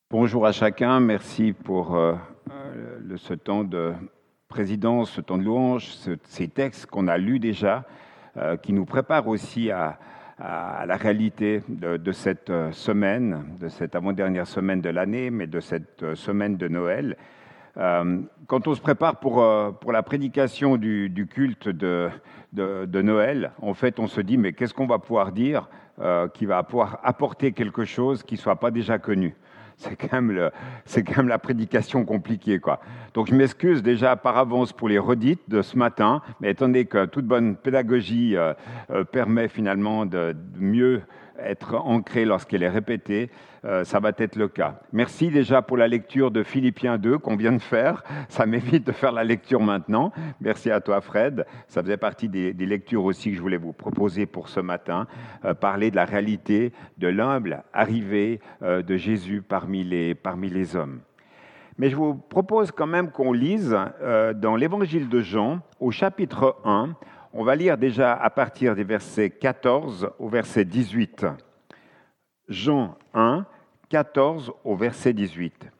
Bonjour à chacun, merci pour ce temps de présidence, ce temps de louange, ces textes qu'on a lus déjà, qui nous préparent aussi à la réalité de cette semaine, de cette avant-dernière semaine de l'année, mais de cette semaine de Noël. Quand on se prépare pour la prédication du culte de Noël, en fait, on se dit, mais qu'est-ce qu'on va pouvoir dire qui va pouvoir apporter quelque chose qui ne soit pas déjà connu? C'est quand même la prédication compliquée, quoi. Donc je m'excuse déjà par avance pour les redites de ce matin, mais étant donné que toute bonne pédagogie permet finalement de mieux être ancrée lorsqu'elle est répétée, ça va être le cas. Merci déjà pour la lecture de Philippiens 2 qu'on vient de faire. Ça m'évite de faire la lecture maintenant. Merci à toi, Fred. Ça faisait partie des lectures aussi que je voulais vous proposer pour ce matin. Parler de la réalité de l'humble arrivée de Jésus parmi les hommes. Mais je vous propose quand même qu'on lise dans l'Évangile de Jean, au chapitre 1, on va lire déjà à partir des versets 14 au verset 18. Jean 1, 14 au verset 18.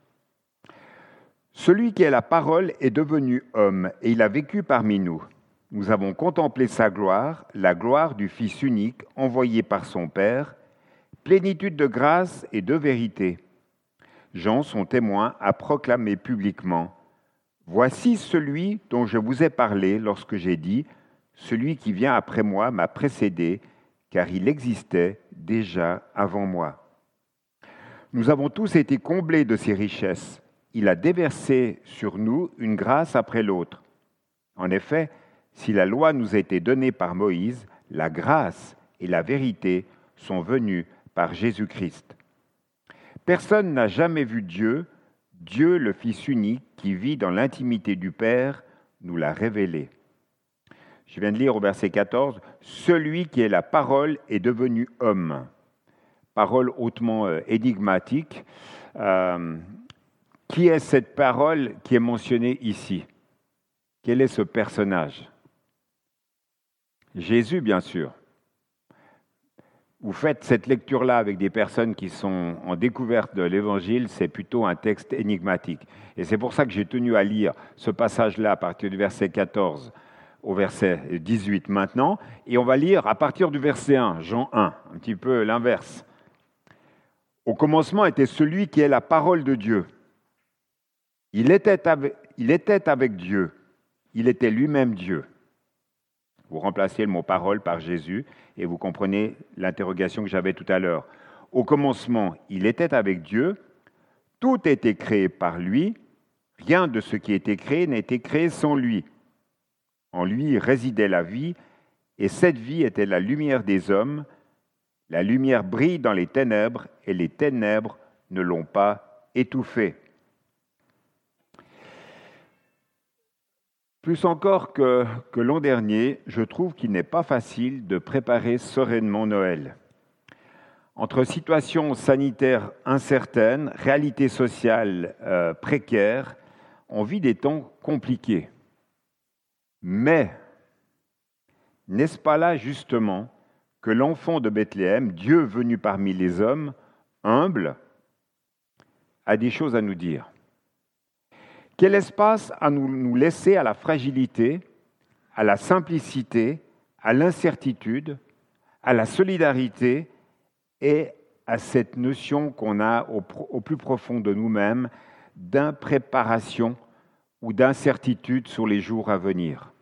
Celui qui est la parole est devenu homme et il a vécu parmi nous. Nous avons contemplé sa gloire, la gloire du Fils unique envoyé par son Père, plénitude de grâce et de vérité. Jean, son témoin, a proclamé publiquement « Voici celui dont je vous ai parlé lorsque j'ai dit « Celui qui vient après moi m'a précédé, car il existait déjà avant moi. » Nous avons tous été comblés de ses richesses. Il a déversé sur nous une grâce après l'autre. En effet, si la loi nous a été donnée par Moïse, la grâce et la vérité sont venues par Jésus-Christ. Personne n'a jamais vu Dieu, Dieu le Fils unique qui vit dans l'intimité du Père, nous l'a révélé. Je viens de lire au verset 14, « Celui qui est la parole est devenu homme ». Parole hautement énigmatique. Qui est cette parole qui est mentionnée ici? Quel est ce personnage? Jésus, bien sûr. Vous faites cette lecture-là avec des personnes qui sont en découverte de l'Évangile, c'est plutôt un texte énigmatique. Et c'est pour ça que j'ai tenu à lire ce passage-là à partir du verset 14 au verset 18 maintenant. Et on va lire à partir du verset 1, Jean 1, un petit peu l'inverse. Au commencement était celui qui est la parole de Dieu. Il était avec Dieu. Il était lui-même Dieu. Vous remplacez le mot parole par Jésus et vous comprenez l'interrogation que j'avais tout à l'heure. Au commencement, il était avec Dieu. Tout a été créé par lui. Rien de ce qui a été créé n'a été créé sans lui. En lui résidait la vie et cette vie était la lumière des hommes. La lumière brille dans les ténèbres et les ténèbres ne l'ont pas étouffée. Plus encore que l'an dernier, je trouve qu'il n'est pas facile de préparer sereinement Noël. Entre situations sanitaires incertaines, réalités sociales précaires, on vit des temps compliqués. Mais, n'est-ce pas là justement que l'enfant de Bethléem, Dieu venu parmi les hommes, humble, a des choses à nous dire? Quel espace à nous laisser à la fragilité, à la simplicité, à l'incertitude, à la solidarité et à cette notion qu'on a au plus profond de nous-mêmes d'impréparation ou d'incertitude sur les jours à venir?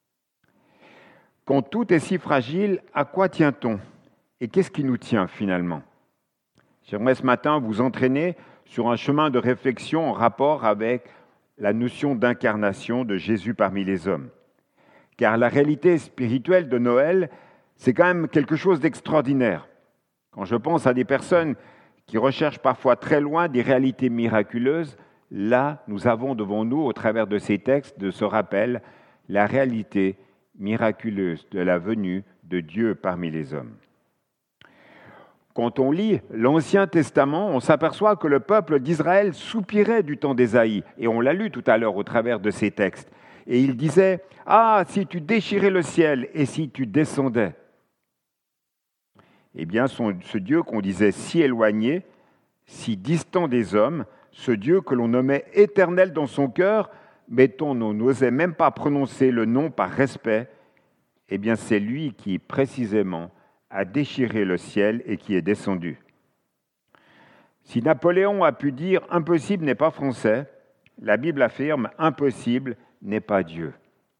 Quand tout est si fragile, à quoi tient-on? Et qu'est-ce qui nous tient finalement? J'aimerais ce matin vous entraîner sur un chemin de réflexion en rapport avec la notion d'incarnation de Jésus parmi les hommes. Car la réalité spirituelle de Noël, c'est quand même quelque chose d'extraordinaire. Quand je pense à des personnes qui recherchent parfois très loin des réalités miraculeuses, là, nous avons devant nous, au travers de ces textes, de ce rappel, la réalité miraculeuse de la venue de Dieu parmi les hommes. Quand on lit l'Ancien Testament, on s'aperçoit que le peuple d'Israël soupirait du temps d'Ésaïe. Et on l'a lu tout à l'heure au travers de ces textes. Et il disait « Ah, si tu déchirais le ciel et si tu descendais !» Eh bien, ce Dieu qu'on disait si éloigné, si distant des hommes, ce Dieu que l'on nommait éternel dans son cœur, mais dont on n'osait même pas prononcer le nom par respect, eh bien c'est lui qui, précisément, a déchiré le ciel et qui est descendu. Si Napoléon a pu dire « impossible n'est pas français », la Bible affirme « impossible n'est pas Dieu ».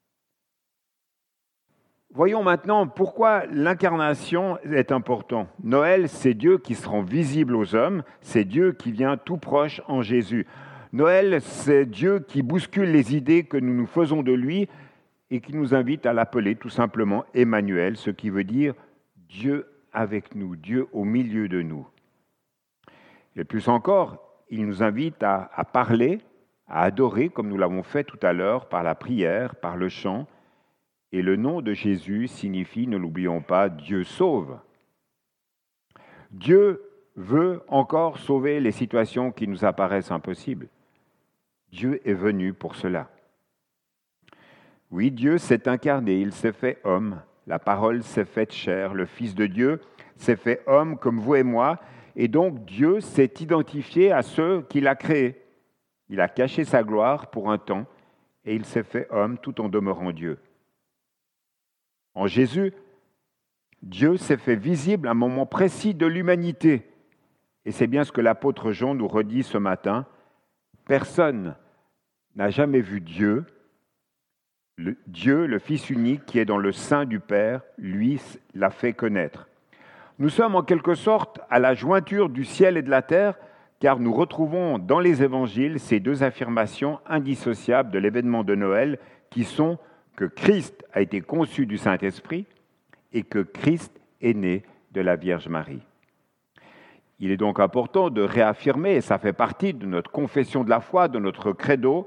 Voyons maintenant pourquoi l'incarnation est importante. Noël, c'est Dieu qui se rend visible aux hommes, c'est Dieu qui vient tout proche en Jésus. Noël, c'est Dieu qui bouscule les idées que nous nous faisons de lui et qui nous invite à l'appeler tout simplement Emmanuel, ce qui veut dire Dieu avec nous, Dieu au milieu de nous. Et plus encore, il nous invite à parler, à adorer, comme nous l'avons fait tout à l'heure, par la prière, par le chant. Et le nom de Jésus signifie, ne l'oublions pas, Dieu sauve. Dieu veut encore sauver les situations qui nous apparaissent impossibles. Dieu est venu pour cela. Oui, Dieu s'est incarné, il s'est fait homme. La parole s'est faite chair. Le Fils de Dieu s'est fait homme comme vous et moi. Et donc Dieu s'est identifié à ceux qu'il a créés. Il a caché sa gloire pour un temps et il s'est fait homme tout en demeurant Dieu. En Jésus, Dieu s'est fait visible à un moment précis de l'humanité. Et c'est bien ce que l'apôtre Jean nous redit ce matin. Personne n'a jamais vu Dieu. Dieu, le Fils unique qui est dans le sein du Père, lui l'a fait connaître. Nous sommes en quelque sorte à la jointure du ciel et de la terre, car nous retrouvons dans les évangiles ces deux affirmations indissociables de l'événement de Noël qui sont que Christ a été conçu du Saint-Esprit et que Christ est né de la Vierge Marie. Il est donc important de réaffirmer, et ça fait partie de notre confession de la foi, de notre credo,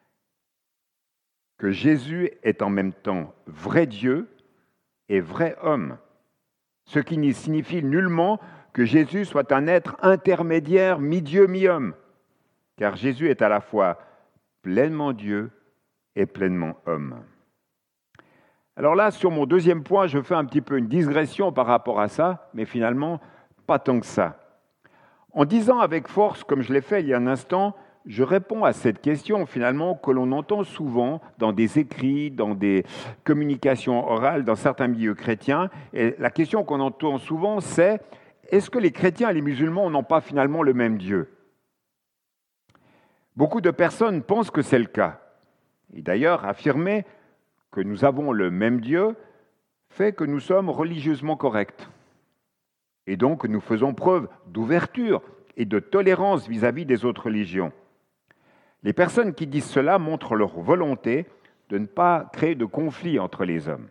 que Jésus est en même temps vrai Dieu et vrai homme, ce qui ne signifie nullement que Jésus soit un être intermédiaire, mi-Dieu, mi-homme, car Jésus est à la fois pleinement Dieu et pleinement homme. Alors là, sur mon deuxième point, je fais un petit peu une digression par rapport à ça, mais finalement, pas tant que ça. En disant avec force, comme je l'ai fait il y a un instant, je réponds à cette question finalement que l'on entend souvent dans des écrits, dans des communications orales, dans certains milieux chrétiens. Et la question qu'on entend souvent, c'est est-ce que les chrétiens et les musulmans n'ont pas finalement le même Dieu ? Beaucoup de personnes pensent que c'est le cas. Et d'ailleurs, affirmer que nous avons le même Dieu fait que nous sommes religieusement corrects. Et donc, nous faisons preuve d'ouverture et de tolérance vis-à-vis des autres religions. Les personnes qui disent cela montrent leur volonté de ne pas créer de conflit entre les hommes.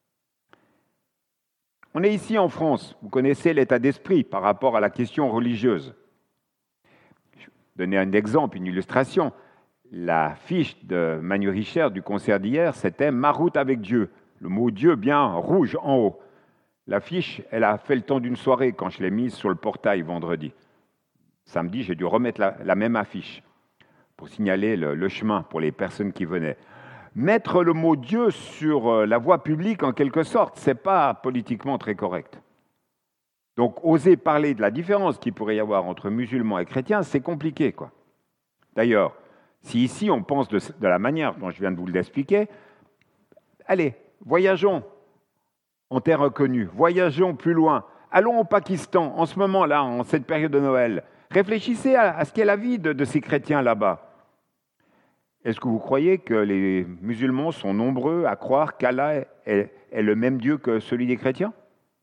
On est ici en France, vous connaissez l'état d'esprit par rapport à la question religieuse. Je vais donner un exemple, une illustration. La fiche de Manu Richer du concert d'hier, c'était « Ma route avec Dieu ». Le mot « Dieu » bien rouge en haut. La fiche, elle a fait le temps d'une soirée quand je l'ai mise sur le portail vendredi. Samedi, j'ai dû remettre la même affiche pour signaler le chemin pour les personnes qui venaient. Mettre le mot « Dieu » sur la voie publique, en quelque sorte, ce n'est pas politiquement très correct. Donc, oser parler de la différence qu'il pourrait y avoir entre musulmans et chrétiens, c'est compliqué, quoi. D'ailleurs, si ici on pense de la manière dont je viens de vous l'expliquer, allez, voyageons en terre inconnue, voyageons plus loin, allons au Pakistan, en ce moment-là, en cette période de Noël. Réfléchissez à ce qu'est la vie de ces chrétiens là-bas. Est-ce que vous croyez que les musulmans sont nombreux à croire qu'Allah est le même Dieu que celui des chrétiens ?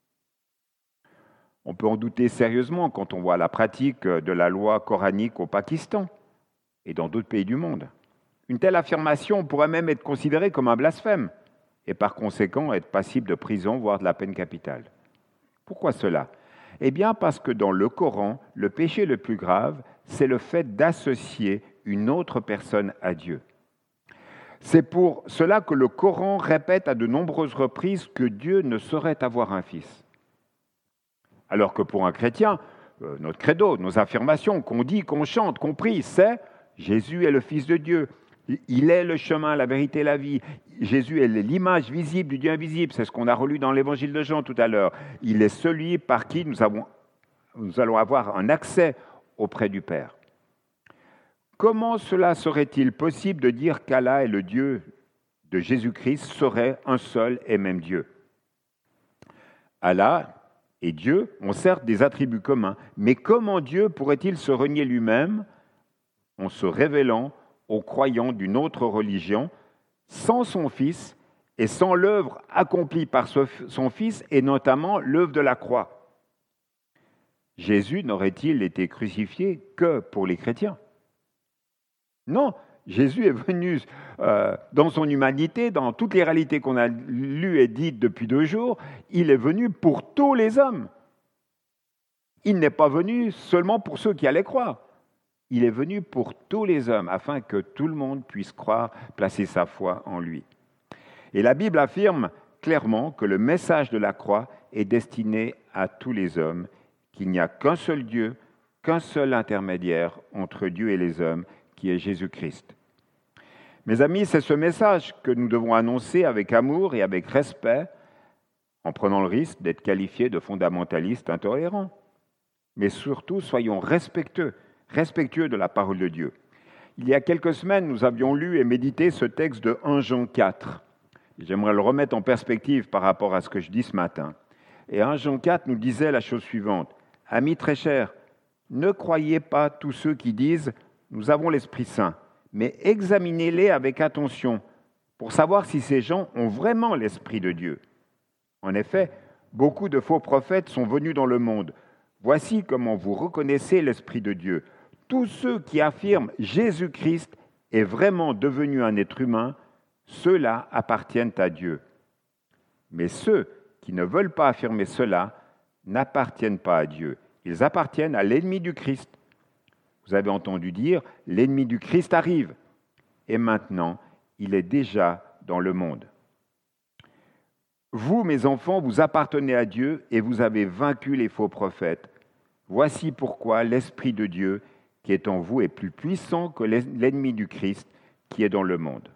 On peut en douter sérieusement quand on voit la pratique de la loi coranique au Pakistan et dans d'autres pays du monde. Une telle affirmation pourrait même être considérée comme un blasphème et par conséquent être passible de prison, voire de la peine capitale. Pourquoi cela ? Eh bien parce que dans le Coran, le péché le plus grave, c'est le fait d'associer une autre personne à Dieu. C'est pour cela que le Coran répète à de nombreuses reprises que Dieu ne saurait avoir un fils. Alors que pour un chrétien, notre credo, nos affirmations qu'on dit, qu'on chante, qu'on prie, c'est Jésus est le Fils de Dieu. Il est le chemin, la vérité, la vie. Jésus est l'image visible du Dieu invisible. C'est ce qu'on a relu dans l'évangile de Jean tout à l'heure. Il est celui par qui nous allons avoir un accès auprès du Père. Comment cela serait-il possible de dire qu'Allah et le Dieu de Jésus-Christ seraient un seul et même Dieu? Allah et Dieu ont certes des attributs communs, mais comment Dieu pourrait-il se renier lui-même en se révélant aux croyants d'une autre religion sans son Fils et sans l'œuvre accomplie par son Fils et notamment l'œuvre de la croix? Jésus n'aurait-il été crucifié que pour les chrétiens? Non, Jésus est venu dans son humanité, dans toutes les réalités qu'on a lues et dites depuis 2 jours, il est venu pour tous les hommes. Il n'est pas venu seulement pour ceux qui allaient croire. Il est venu pour tous les hommes, afin que tout le monde puisse croire, placer sa foi en lui. Et la Bible affirme clairement que le message de la croix est destiné à tous les hommes, qu'il n'y a qu'un seul Dieu, qu'un seul intermédiaire entre Dieu et les hommes, qui est Jésus-Christ. Mes amis, c'est ce message que nous devons annoncer avec amour et avec respect, en prenant le risque d'être qualifiés de fondamentalistes intolérants. Mais surtout, soyons respectueux de la parole de Dieu. Il y a quelques semaines, nous avions lu et médité ce texte de 1 Jean 4. J'aimerais le remettre en perspective par rapport à ce que je dis ce matin. Et 1 Jean 4 nous disait la chose suivante. « Amis très chers, ne croyez pas tous ceux qui disent « Nous avons l'Esprit Saint », mais examinez-les avec attention pour savoir si ces gens ont vraiment l'Esprit de Dieu. En effet, beaucoup de faux prophètes sont venus dans le monde. Voici comment vous reconnaissez l'Esprit de Dieu. Tous ceux qui affirment Jésus-Christ est vraiment devenu un être humain, ceux-là appartiennent à Dieu. Mais ceux qui ne veulent pas affirmer cela n'appartiennent pas à Dieu. Ils appartiennent à l'ennemi du Christ. Vous avez entendu dire, l'ennemi du Christ arrive. Et maintenant, il est déjà dans le monde. Vous, mes enfants, vous appartenez à Dieu et vous avez vaincu les faux prophètes. Voici pourquoi l'Esprit de Dieu qui est en vous est plus puissant que l'ennemi du Christ qui est dans le monde.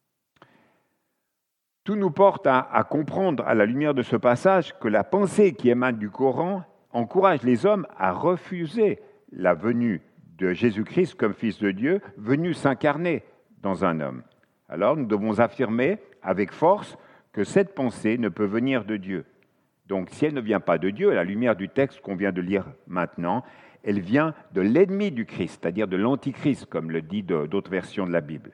Tout nous porte à comprendre à la lumière de ce passage que la pensée qui émane du Coran encourage les hommes à refuser la venue de Jésus-Christ comme Fils de Dieu, venu s'incarner dans un homme. Alors nous devons affirmer avec force que cette pensée ne peut venir de Dieu. Donc si elle ne vient pas de Dieu, à la lumière du texte qu'on vient de lire maintenant, elle vient de l'ennemi du Christ, c'est-à-dire de l'antichrist, comme le dit d'autres versions de la Bible.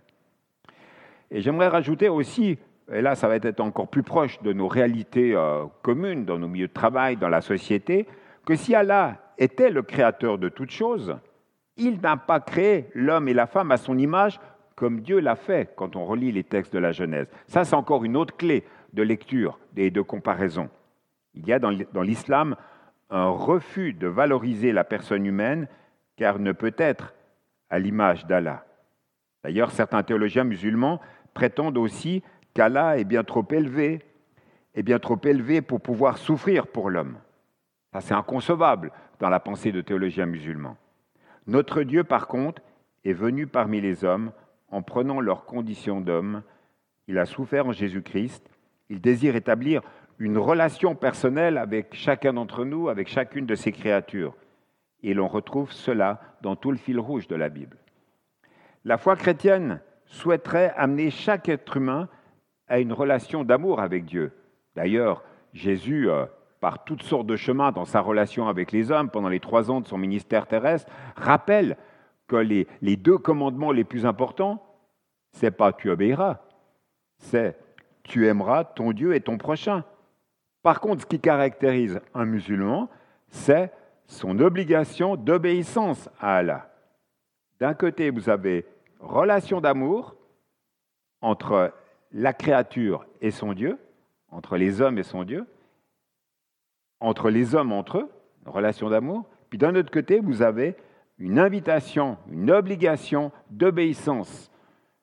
Et j'aimerais rajouter aussi, et là ça va être encore plus proche de nos réalités communes, dans nos milieux de travail, dans la société, que si Allah était le créateur de toutes choses, il n'a pas créé l'homme et la femme à son image comme Dieu l'a fait quand on relit les textes de la Genèse. Ça, c'est encore une autre clé de lecture et de comparaison. Il y a dans l'islam un refus de valoriser la personne humaine car elle ne peut être à l'image d'Allah. D'ailleurs, certains théologiens musulmans prétendent aussi qu'Allah est bien trop élevé pour pouvoir souffrir pour l'homme. Ça, c'est inconcevable dans la pensée de théologiens musulmans. Notre Dieu, par contre, est venu parmi les hommes en prenant leurs conditions d'homme. Il a souffert en Jésus-Christ. Il désire établir une relation personnelle avec chacun d'entre nous, avec chacune de ses créatures. Et l'on retrouve cela dans tout le fil rouge de la Bible. La foi chrétienne souhaiterait amener chaque être humain à une relation d'amour avec Dieu. D'ailleurs, Jésus, par toutes sortes de chemins dans sa relation avec les hommes pendant les 3 ans de son ministère terrestre, rappelle que les 2 commandements les plus importants, c'est pas tu obéiras, c'est tu aimeras ton Dieu et ton prochain. Par contre, ce qui caractérise un musulman, c'est son obligation d'obéissance à Allah. D'un côté, vous avez relation d'amour entre la créature et son Dieu, entre les hommes et son Dieu, entre les hommes entre eux, une relation d'amour. Puis d'un autre côté, vous avez une invitation, une obligation d'obéissance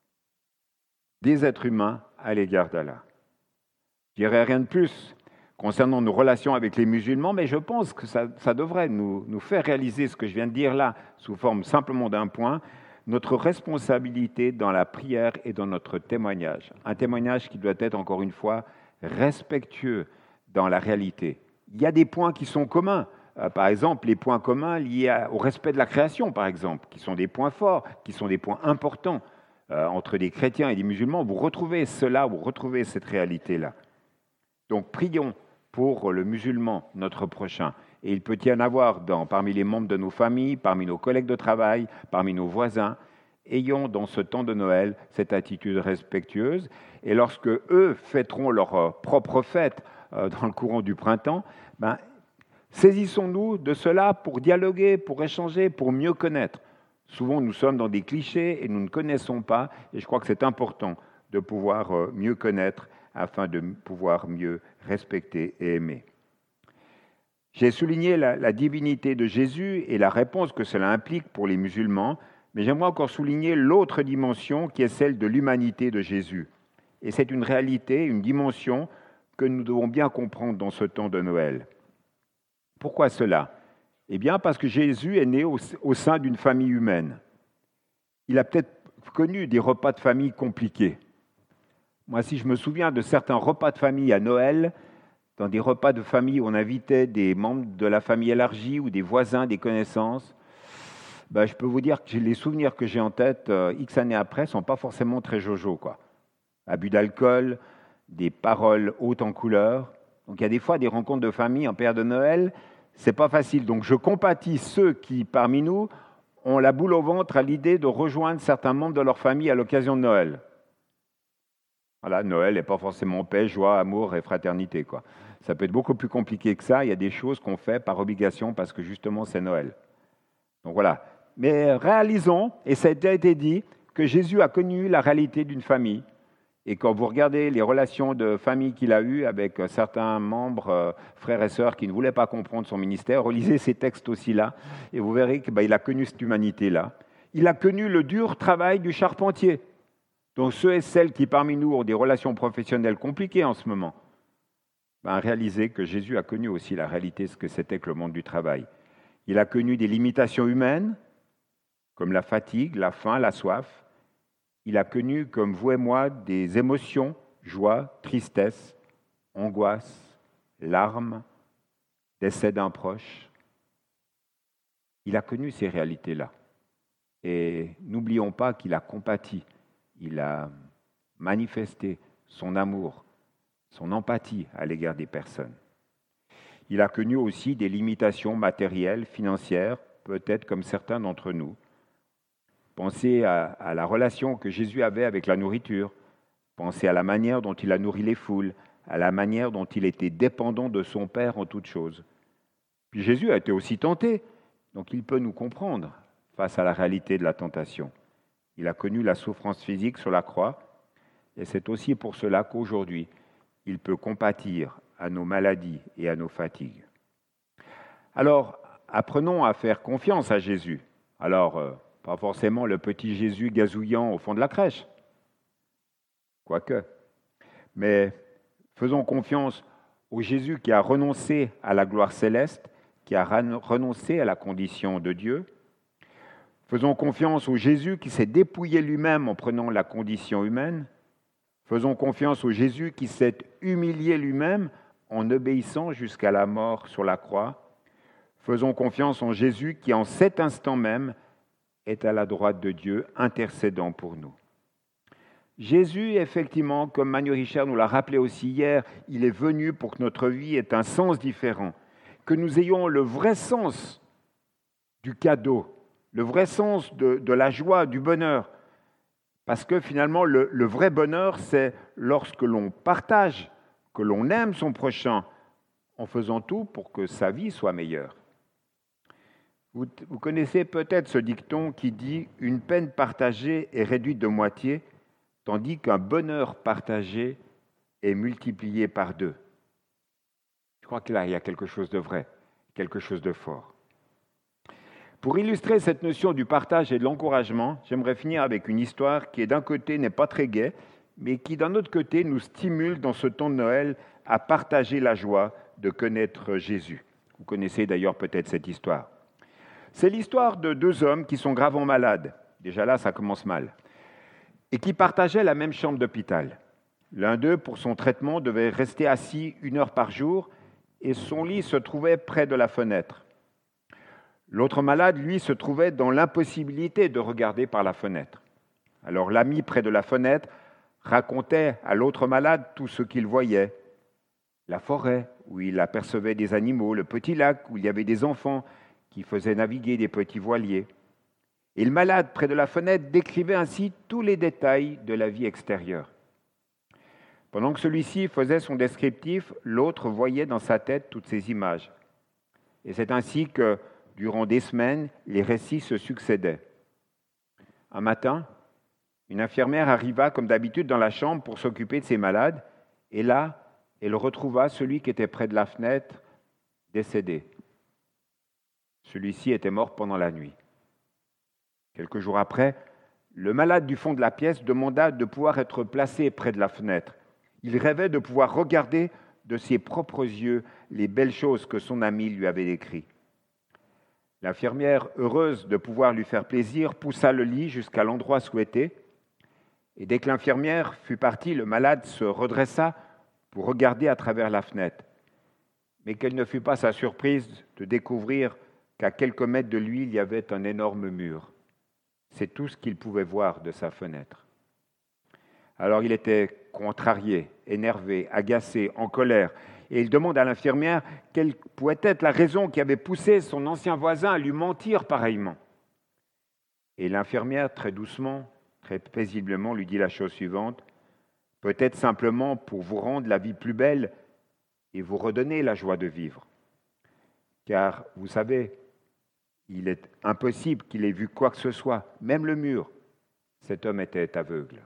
des êtres humains à l'égard d'Allah. Je dirais rien de plus concernant nos relations avec les musulmans, mais je pense que ça devrait nous faire réaliser ce que je viens de dire là, sous forme simplement d'un point, notre responsabilité dans la prière et dans notre témoignage. Un témoignage qui doit être, encore une fois, respectueux dans la réalité. Il y a des points qui sont communs par exemple, les points communs liés au respect de la création, par exemple, qui sont des points forts, qui sont des points importants entre des chrétiens et des musulmans. Vous retrouvez cela, vous retrouvez cette réalité-là. Donc, prions pour le musulman, notre prochain. Et il peut y en avoir parmi les membres de nos familles, parmi nos collègues de travail, parmi nos voisins. Ayons dans ce temps de Noël cette attitude respectueuse. Et lorsque eux fêteront leur propre fête dans le courant du printemps, saisissons-nous de cela pour dialoguer, pour échanger, pour mieux connaître. Souvent, nous sommes dans des clichés et nous ne connaissons pas. Et je crois que c'est important de pouvoir mieux connaître afin de pouvoir mieux respecter et aimer. J'ai souligné la divinité de Jésus et la réponse que cela implique pour les musulmans, mais j'aimerais encore souligner l'autre dimension qui est celle de l'humanité de Jésus. Et c'est une réalité, une dimension que nous devons bien comprendre dans ce temps de Noël. Pourquoi cela ? Eh bien, parce que Jésus est né au sein d'une famille humaine. Il a peut-être connu des repas de famille compliqués. Moi, si je me souviens de certains repas de famille à Noël, dans des repas de famille où on invitait des membres de la famille élargie ou des voisins, des connaissances, je peux vous dire que les souvenirs que j'ai en tête, X années après, ne sont pas forcément très jojo, quoi. Abus d'alcool, des paroles hautes en couleur. Donc il y a des fois des rencontres de famille en période de Noël, c'est pas facile. Donc je compatis ceux qui, parmi nous, ont la boule au ventre à l'idée de rejoindre certains membres de leur famille à l'occasion de Noël. Voilà, Noël n'est pas forcément paix, joie, amour et fraternité, quoi. Ça peut être beaucoup plus compliqué que ça. Il y a des choses qu'on fait par obligation parce que justement c'est Noël. Donc voilà. Mais réalisons, et ça a déjà été dit, que Jésus a connu la réalité d'une famille. Et quand vous regardez les relations de famille qu'il a eues avec certains membres, frères et sœurs, qui ne voulaient pas comprendre son ministère, relisez ces textes aussi là, et vous verrez qu'il a connu cette humanité-là. Il a connu le dur travail du charpentier. Donc ceux et celles qui parmi nous ont des relations professionnelles compliquées en ce moment, réalisez que Jésus a connu aussi la réalité de ce que c'était que le monde du travail. Il a connu des limitations humaines, comme la fatigue, la faim, la soif. Il a connu, comme vous et moi, des émotions, joie, tristesse, angoisse, larmes, décès d'un proche. Il a connu ces réalités-là. Et n'oublions pas qu'il a compati, il a manifesté son amour, son empathie à l'égard des personnes. Il a connu aussi des limitations matérielles, financières, peut-être comme certains d'entre nous. Pensez à la relation que Jésus avait avec la nourriture. Pensez à la manière dont il a nourri les foules, à la manière dont il était dépendant de son Père en toutes choses. Puis Jésus a été aussi tenté, donc il peut nous comprendre face à la réalité de la tentation. Il a connu la souffrance physique sur la croix, et c'est aussi pour cela qu'aujourd'hui, il peut compatir à nos maladies et à nos fatigues. Alors, apprenons à faire confiance à Jésus. Alors, pas forcément le petit Jésus gazouillant au fond de la crèche, quoique. Mais faisons confiance au Jésus qui a renoncé à la gloire céleste, qui a renoncé à la condition de Dieu. Faisons confiance au Jésus qui s'est dépouillé lui-même en prenant la condition humaine. Faisons confiance au Jésus qui s'est humilié lui-même en obéissant jusqu'à la mort sur la croix. Faisons confiance en Jésus qui, en cet instant même, est à la droite de Dieu, intercédant pour nous. Jésus, effectivement, comme Manu Richard nous l'a rappelé aussi hier, il est venu pour que notre vie ait un sens différent, que nous ayons le vrai sens du cadeau, le vrai sens de la joie, du bonheur. Parce que finalement, le vrai bonheur, c'est lorsque l'on partage, que l'on aime son prochain, en faisant tout pour que sa vie soit meilleure. Vous connaissez peut-être ce dicton qui dit « Une peine partagée est réduite de moitié, tandis qu'un bonheur partagé est multiplié par 2. » Je crois que là, il y a quelque chose de vrai, quelque chose de fort. Pour illustrer cette notion du partage et de l'encouragement, j'aimerais finir avec une histoire qui, d'un côté, n'est pas très gaie, mais qui, d'un autre côté, nous stimule dans ce temps de Noël à partager la joie de connaître Jésus. Vous connaissez d'ailleurs peut-être cette histoire. C'est l'histoire de 2 hommes qui sont gravement malades. Déjà là, ça commence mal. Et qui partageaient la même chambre d'hôpital. L'un d'eux, pour son traitement, devait rester assis 1 heure par jour et son lit se trouvait près de la fenêtre. L'autre malade, lui, se trouvait dans l'impossibilité de regarder par la fenêtre. Alors l'ami près de la fenêtre racontait à l'autre malade tout ce qu'il voyait. La forêt, où il apercevait des animaux, le petit lac, où il y avait des enfants qui faisaient naviguer des petits voiliers. Et le malade près de la fenêtre décrivait ainsi tous les détails de la vie extérieure. Pendant que celui-ci faisait son descriptif, l'autre voyait dans sa tête toutes ces images. Et c'est ainsi que, durant des semaines, les récits se succédaient. Un matin, une infirmière arriva comme d'habitude dans la chambre pour s'occuper de ses malades, et là, elle retrouva celui qui était près de la fenêtre, décédé. Celui-ci était mort pendant la nuit. Quelques jours après, le malade du fond de la pièce demanda de pouvoir être placé près de la fenêtre. Il rêvait de pouvoir regarder de ses propres yeux les belles choses que son ami lui avait décrites. L'infirmière, heureuse de pouvoir lui faire plaisir, poussa le lit jusqu'à l'endroit souhaité. Et dès que l'infirmière fut partie, le malade se redressa pour regarder à travers la fenêtre. Mais quelle ne fut pas sa surprise de découvrir qu'à quelques mètres de lui, il y avait un énorme mur. C'est tout ce qu'il pouvait voir de sa fenêtre. Alors il était contrarié, énervé, agacé, en colère. Et il demande à l'infirmière quelle pouvait être la raison qui avait poussé son ancien voisin à lui mentir pareillement. Et l'infirmière, très doucement, très paisiblement, lui dit la chose suivante. Peut-être simplement pour vous rendre la vie plus belle et vous redonner la joie de vivre. Car, vous savez, il est impossible qu'il ait vu quoi que ce soit, même le mur. Cet homme était aveugle.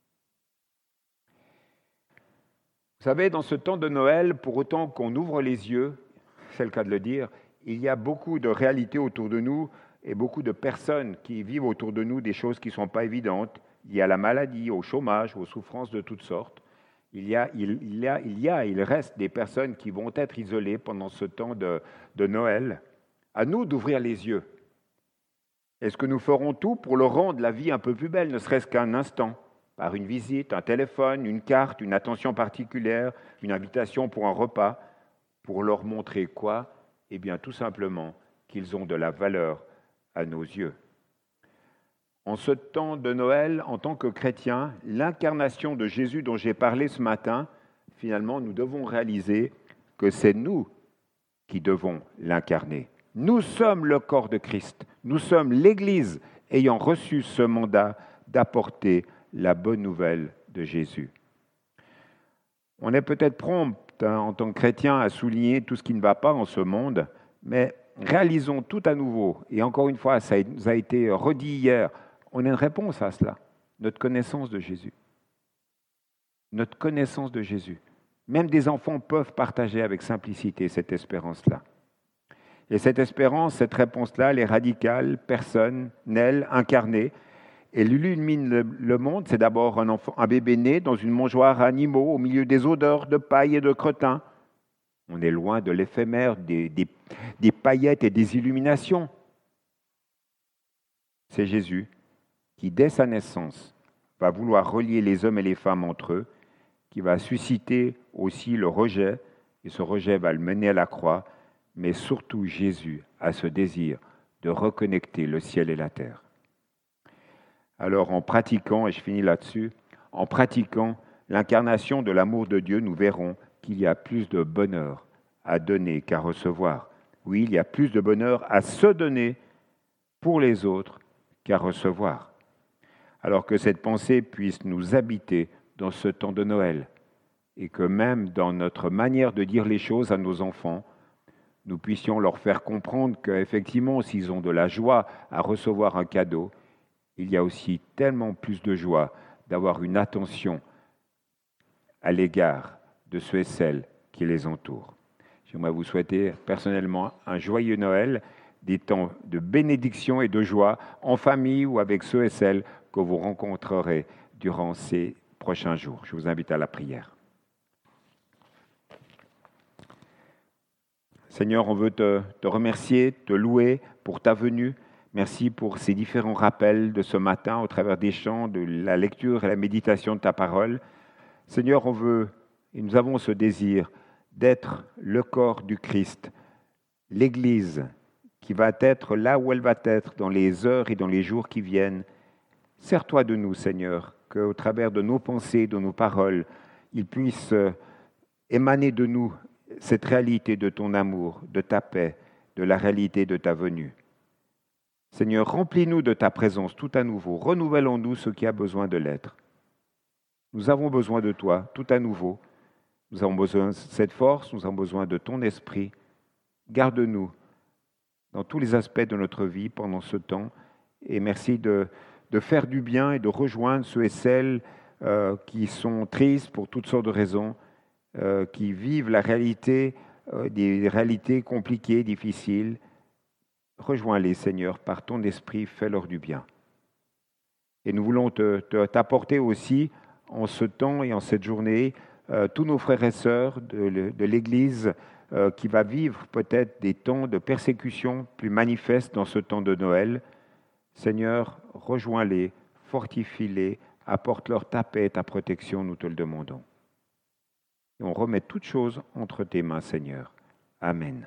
Vous savez, dans ce temps de Noël, pour autant qu'on ouvre les yeux, c'est le cas de le dire, il y a beaucoup de réalités autour de nous et beaucoup de personnes qui vivent autour de nous des choses qui ne sont pas évidentes. Il y a la maladie, au chômage, aux souffrances de toutes sortes. Il reste des personnes qui vont être isolées pendant ce temps de Noël. À nous d'ouvrir les yeux. Est-ce que nous ferons tout pour leur rendre la vie un peu plus belle, ne serait-ce qu'un instant, par une visite, un téléphone, une carte, une attention particulière, une invitation pour un repas, pour leur montrer quoi? Eh bien, tout simplement qu'ils ont de la valeur à nos yeux. En ce temps de Noël, en tant que chrétiens, l'incarnation de Jésus dont j'ai parlé ce matin, finalement, nous devons réaliser que c'est nous qui devons l'incarner. Nous sommes le corps de Christ. Nous sommes l'Église ayant reçu ce mandat d'apporter la bonne nouvelle de Jésus. On est peut-être prompt en tant que chrétien à souligner tout ce qui ne va pas en ce monde, mais réalisons tout à nouveau, et encore une fois, ça nous a été redit hier, on a une réponse à cela, notre connaissance de Jésus. Notre connaissance de Jésus. Même des enfants peuvent partager avec simplicité cette espérance-là. Et cette espérance, cette réponse-là, elle est radicale, personnelle, incarnée. Et l'illumine le monde, c'est d'abord un bébé né dans une mangeoire à animaux, au milieu des odeurs de paille et de cretin. On est loin de l'éphémère, des paillettes et des illuminations. C'est Jésus qui, dès sa naissance, va vouloir relier les hommes et les femmes entre eux, qui va susciter aussi le rejet, et ce rejet va le mener à la croix, mais surtout Jésus a ce désir de reconnecter le ciel et la terre. Alors en pratiquant, et je finis là-dessus, en pratiquant l'incarnation de l'amour de Dieu, nous verrons qu'il y a plus de bonheur à donner qu'à recevoir. Oui, il y a plus de bonheur à se donner pour les autres qu'à recevoir. Alors que cette pensée puisse nous habiter dans ce temps de Noël et que même dans notre manière de dire les choses à nos enfants, nous puissions leur faire comprendre qu'effectivement, s'ils ont de la joie à recevoir un cadeau, il y a aussi tellement plus de joie d'avoir une attention à l'égard de ceux et celles qui les entourent. J'aimerais vous souhaiter personnellement un joyeux Noël, des temps de bénédiction et de joie en famille ou avec ceux et celles que vous rencontrerez durant ces prochains jours. Je vous invite à la prière. Seigneur, on veut te remercier, te louer pour ta venue. Merci pour ces différents rappels de ce matin au travers des chants, de la lecture et la méditation de ta parole. Seigneur, on veut et nous avons ce désir d'être le corps du Christ, l'Église qui va être là où elle va être dans les heures et dans les jours qui viennent. Sers-toi de nous, Seigneur, qu'au travers de nos pensées, de nos paroles, il puisse émaner de nous cette réalité de ton amour, de ta paix, de la réalité de ta venue. Seigneur, remplis-nous de ta présence tout à nouveau, renouvelle en nous ce qui a besoin de l'être. Nous avons besoin de toi tout à nouveau. Nous avons besoin de cette force, nous avons besoin de ton esprit. Garde-nous dans tous les aspects de notre vie pendant ce temps et merci de faire du bien et de rejoindre ceux et celles qui sont tristes pour toutes sortes de raisons, qui vivent la réalité, des réalités compliquées, difficiles. Rejoins-les, Seigneur, par ton esprit, fais-leur du bien. Et nous voulons t'apporter aussi, en ce temps et en cette journée, tous nos frères et sœurs de l'Église qui va vivre peut-être des temps de persécution plus manifestes dans ce temps de Noël. Seigneur, rejoins-les, fortifie-les, apporte-leur ta paix et ta protection, nous te le demandons. Et on remet toutes choses entre tes mains, Seigneur. Amen.